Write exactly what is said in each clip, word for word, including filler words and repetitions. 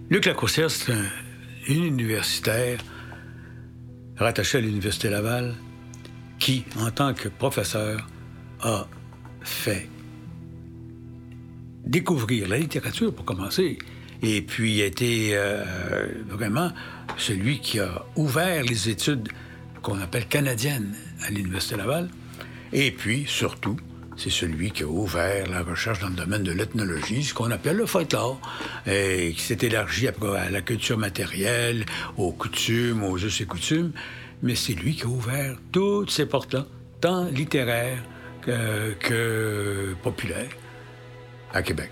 Luc Lacourcière, c'est un, un universitaire rattaché à l'Université Laval qui, en tant que professeur, a fait découvrir la littérature, pour commencer, et puis a été euh, vraiment celui qui a ouvert les études qu'on appelle canadiennes à l'Université Laval. Et puis, surtout, c'est celui qui a ouvert la recherche dans le domaine de l'ethnologie, ce qu'on appelle le folklore, et qui s'est élargi après à la culture matérielle, aux coutumes, aux us et coutumes. Mais c'est lui qui a ouvert toutes ces portes-là, tant littéraires que, que populaires, à Québec.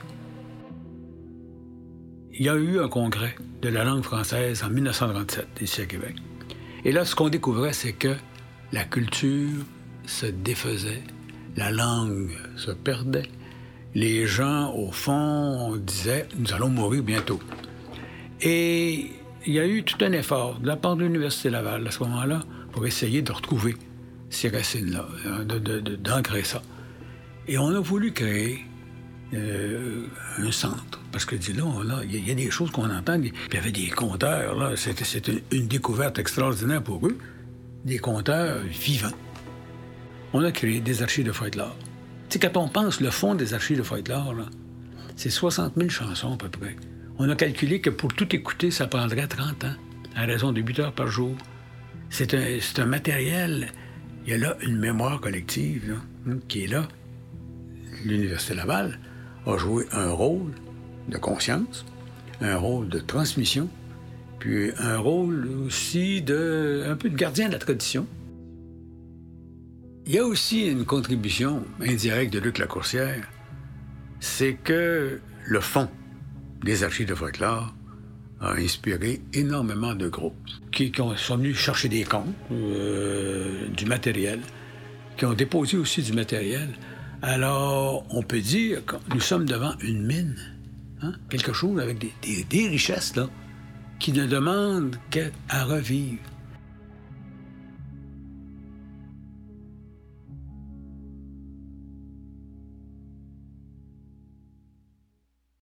Il y a eu un congrès de la langue française en dix-neuf cent trente-sept, ici à Québec. Et là, ce qu'on découvrait, c'est que la culture se défaisait, la langue se perdait. Les gens, au fond, disaient « nous allons mourir bientôt ». Et il y a eu tout un effort de la part de l'Université Laval, à ce moment-là, pour essayer de retrouver ces racines-là, de, de, de, d'ancrer ça. Et on a voulu créer euh, un centre, parce que, dis donc, là, il y, y a des choses qu'on entend, puis il y avait des conteurs, là, c'était, c'était une découverte extraordinaire pour eux, des conteurs vivants. On a créé des archives de folklore. Tu sais, quand on pense le fond des archives de folklore, là, c'est soixante mille chansons à peu près. On a calculé que pour tout écouter, ça prendrait trente ans, à raison de huit heures par jour. C'est un, c'est un matériel. Il y a là une mémoire collective là, qui est là. L'Université Laval a joué un rôle de conscience, un rôle de transmission, puis un rôle aussi de un peu de gardien de la tradition. Il y a aussi une contribution indirecte de Luc Lacourcière, c'est que le fond des archives de folklore a inspiré énormément de groupes qui, qui ont, sont venus chercher des comptes, euh, du matériel, qui ont déposé aussi du matériel. Alors, on peut dire que nous sommes devant une mine, hein? Quelque chose avec des, des, des richesses là, qui ne demandent qu'à revivre.